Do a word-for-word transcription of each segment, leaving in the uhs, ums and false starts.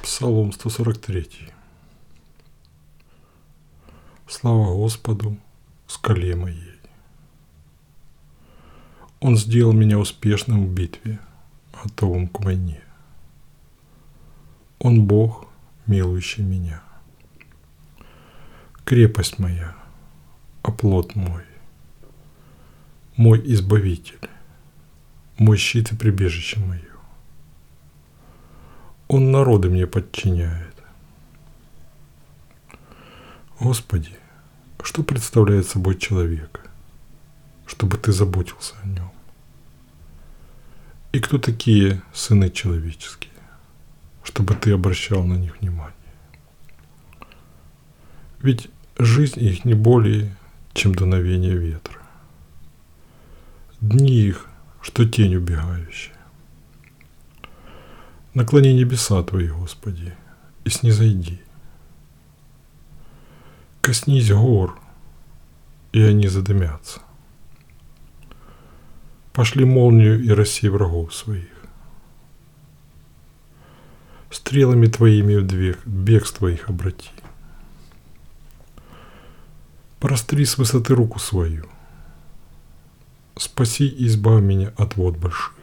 Псалом сто сорок три. Слава Господу, скале моей. Он сделал меня успешным в битве, готовым к войне. Он Бог, милующий меня. Крепость моя, оплот мой, мой избавитель, мой щит и прибежище мое. Он народы мне подчиняет. Господи, что представляет собой человек, чтобы Ты заботился о нем? И кто такие сыны человеческие, чтобы Ты обращал на них внимание? Ведь жизнь их не более, чем дуновение ветра. Дни их, что тень убегающая. Наклони небеса Твои, Господи, и снизойди. Коснись гор, и они задымятся. Пошли молнию и рассей врагов своих. Стрелами Твоими в бегство их обрати. Простри с высоты руку свою. Спаси и избавь меня от вод больших,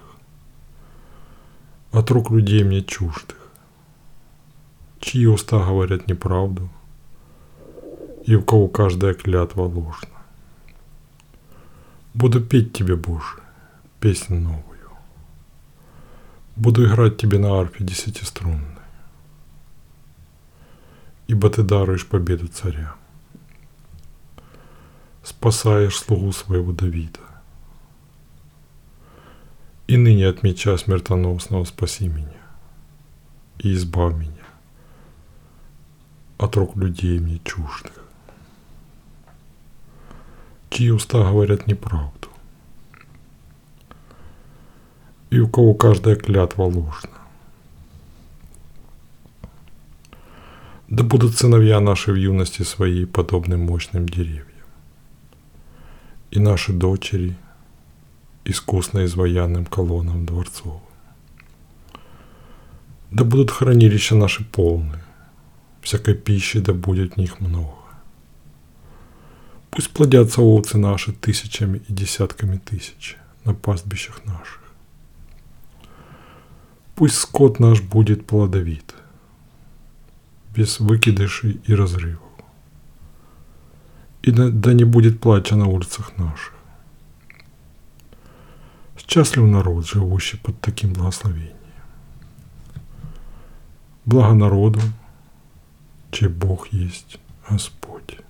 от рук людей мне чуждых, чьи уста говорят неправду, и у кого каждая клятва ложна. Буду петь Тебе, Боже, песнь новую. Буду играть Тебе на арфе десятиструнной, ибо Ты даруешь победу царям. Спасаешь слугу своего Давида. И ныне от меча смертоносного спаси меня и избавь меня от рук людей мне чуждых, чьи уста говорят неправду, и у кого каждая клятва ложна. Да будут сыновья наши в юности своей подобны мощным деревьям, и наши дочери – искусно изваянным колоннам дворцов. Да будут хранилища наши полны, всякой пищи да будет в них много. Пусть плодятся овцы наши тысячами и десятками тысяч на пастбищах наших. Пусть скот наш будет плодовит, без выкидышей и разрывов. И да, да не будет плача на улицах наших. Счастлив народ, живущий под таким благословением. Благо народу, чей Бог есть Господь.